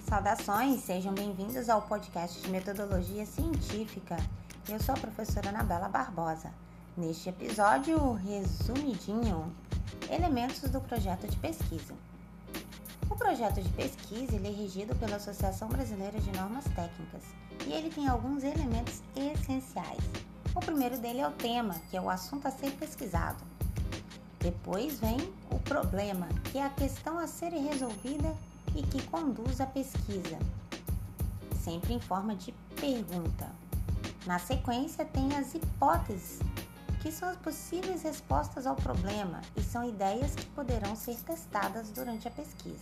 Saudações, sejam bem-vindos ao podcast de Metodologia Científica. Eu sou a professora Anabela Barbosa. Neste episódio, resumidinho, elementos do projeto de pesquisa. O projeto de pesquisa ele é regido pela Associação Brasileira de Normas Técnicas e ele tem alguns elementos essenciais. O primeiro dele é o tema, que é o assunto a ser pesquisado. Depois vem o problema, que é a questão a ser resolvida e que conduz à pesquisa, sempre em forma de pergunta. Na sequência tem as hipóteses, que são as possíveis respostas ao problema e são ideias que poderão ser testadas durante a pesquisa.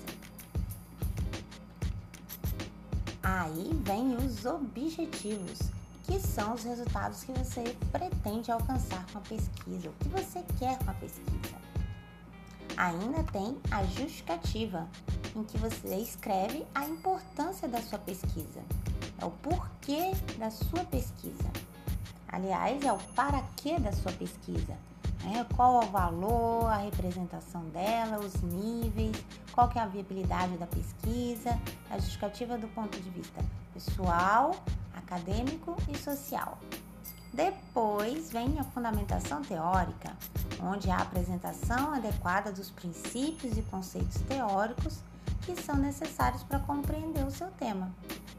Aí vem os objetivos, que são os resultados que você pretende alcançar com a pesquisa, o que você quer com a pesquisa. Ainda tem a justificativa, em que você escreve a importância da sua pesquisa, é o porquê da sua pesquisa. Aliás, é o para quê da sua pesquisa, qual é o valor, a representação dela, os níveis, qual que é a viabilidade da pesquisa, a justificativa do ponto de vista pessoal, acadêmico e social. Depois vem a fundamentação teórica, onde há a apresentação adequada dos princípios e conceitos teóricos que são necessários para compreender o seu tema.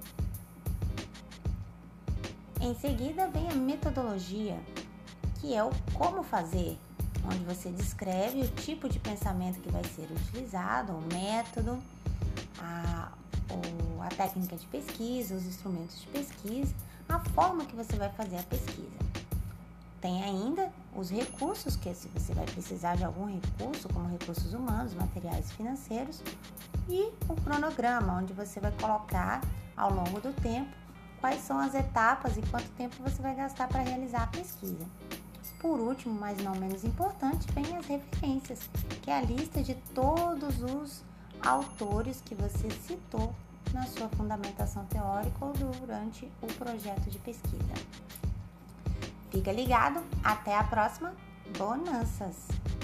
Em seguida vem a metodologia, que é o como fazer, onde você descreve o tipo de pensamento que vai ser utilizado, o método, a técnica de pesquisa, os instrumentos de pesquisa, a forma que você vai fazer a pesquisa. Tem ainda os recursos, que se você vai precisar de algum recurso, como recursos humanos, materiais financeiros, e o cronograma, onde você vai colocar ao longo do tempo quais são as etapas e quanto tempo você vai gastar para realizar a pesquisa. Por último, mas não menos importante, vem as referências, que é a lista de todos os autores que você citou na sua fundamentação teórica ou durante o projeto de pesquisa. Fica ligado, até a próxima, bonanças!